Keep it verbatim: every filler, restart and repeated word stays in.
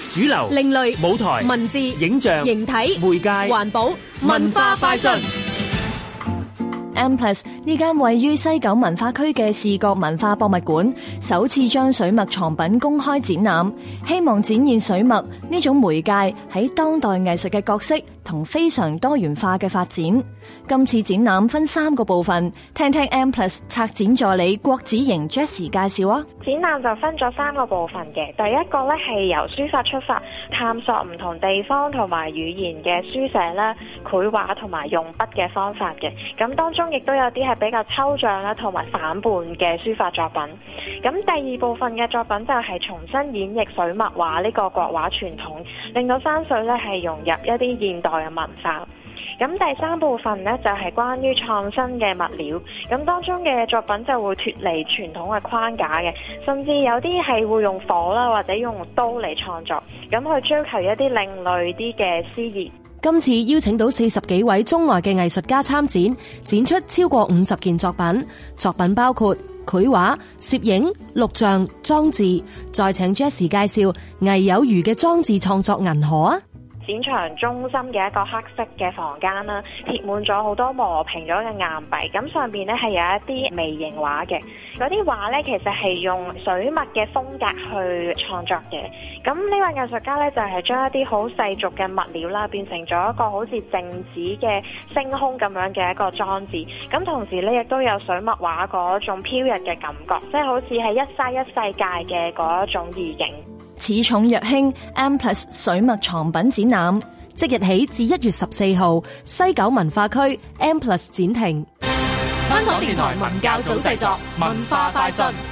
主流、 另類、 舞台、 文字、 影像、 形體、 媒介、 環保、文化快訊。 M+ 呢間位於西九文化區嘅視覺文化博物館首次將水墨藏品公開展覽，希望展現水墨呢種媒介喺當代藝術嘅角色同非常多元化嘅發展。今次展覽分三個部分，聽聽 M+ 策展助理郭子瑩 Jessie 介紹啊。 展覽就分咗三個部分嘅，第一個咧係由書法出發，探索唔同地方同埋語言嘅書寫啦、繪畫同埋用筆嘅方法嘅。咁當中亦都有啲係比較抽象啦，同埋反叛嘅書法作品。咁第二部分嘅作品就係重新演繹水墨畫呢個國畫傳統，令到山水咧係融入一啲現代嘅文化。咁第三部分呢，就係關於創新嘅物料，咁當中嘅作品就會脫離傳統嘅框架嘅，甚至有啲係會用火啦或者用刀嚟創作，咁去追求一啲另類啲嘅詩意。 今次邀請到四十幾位中外嘅藝術家參展，展出超過五十件作品，作品包括繪畫、攝影、錄像、裝置。再請 Jessie 介紹魏有餘嘅裝置創作銀河啊！ 展場中心嘅一個黑色嘅房間啦，貼滿咗好多磨平咗嘅硬幣，咁上邊呢係有一啲微型畫嘅，嗰啲畫呢，其實係用水墨嘅風格去創作嘅。咁呢位藝術家呢，就係將一啲好世俗嘅物料啦，變成咗一個好似靜止嘅星空咁樣嘅一個裝置。咁同時呢，亦都有水墨畫嗰種飄逸嘅感覺，即係好似係一沙一世界嘅嗰一種意境。 恃重若輕 M+ 水墨藏品展覽，即日起至一月十四號，西九文化區 M+ 展亭。 香港電台文教組製作，文化快訊。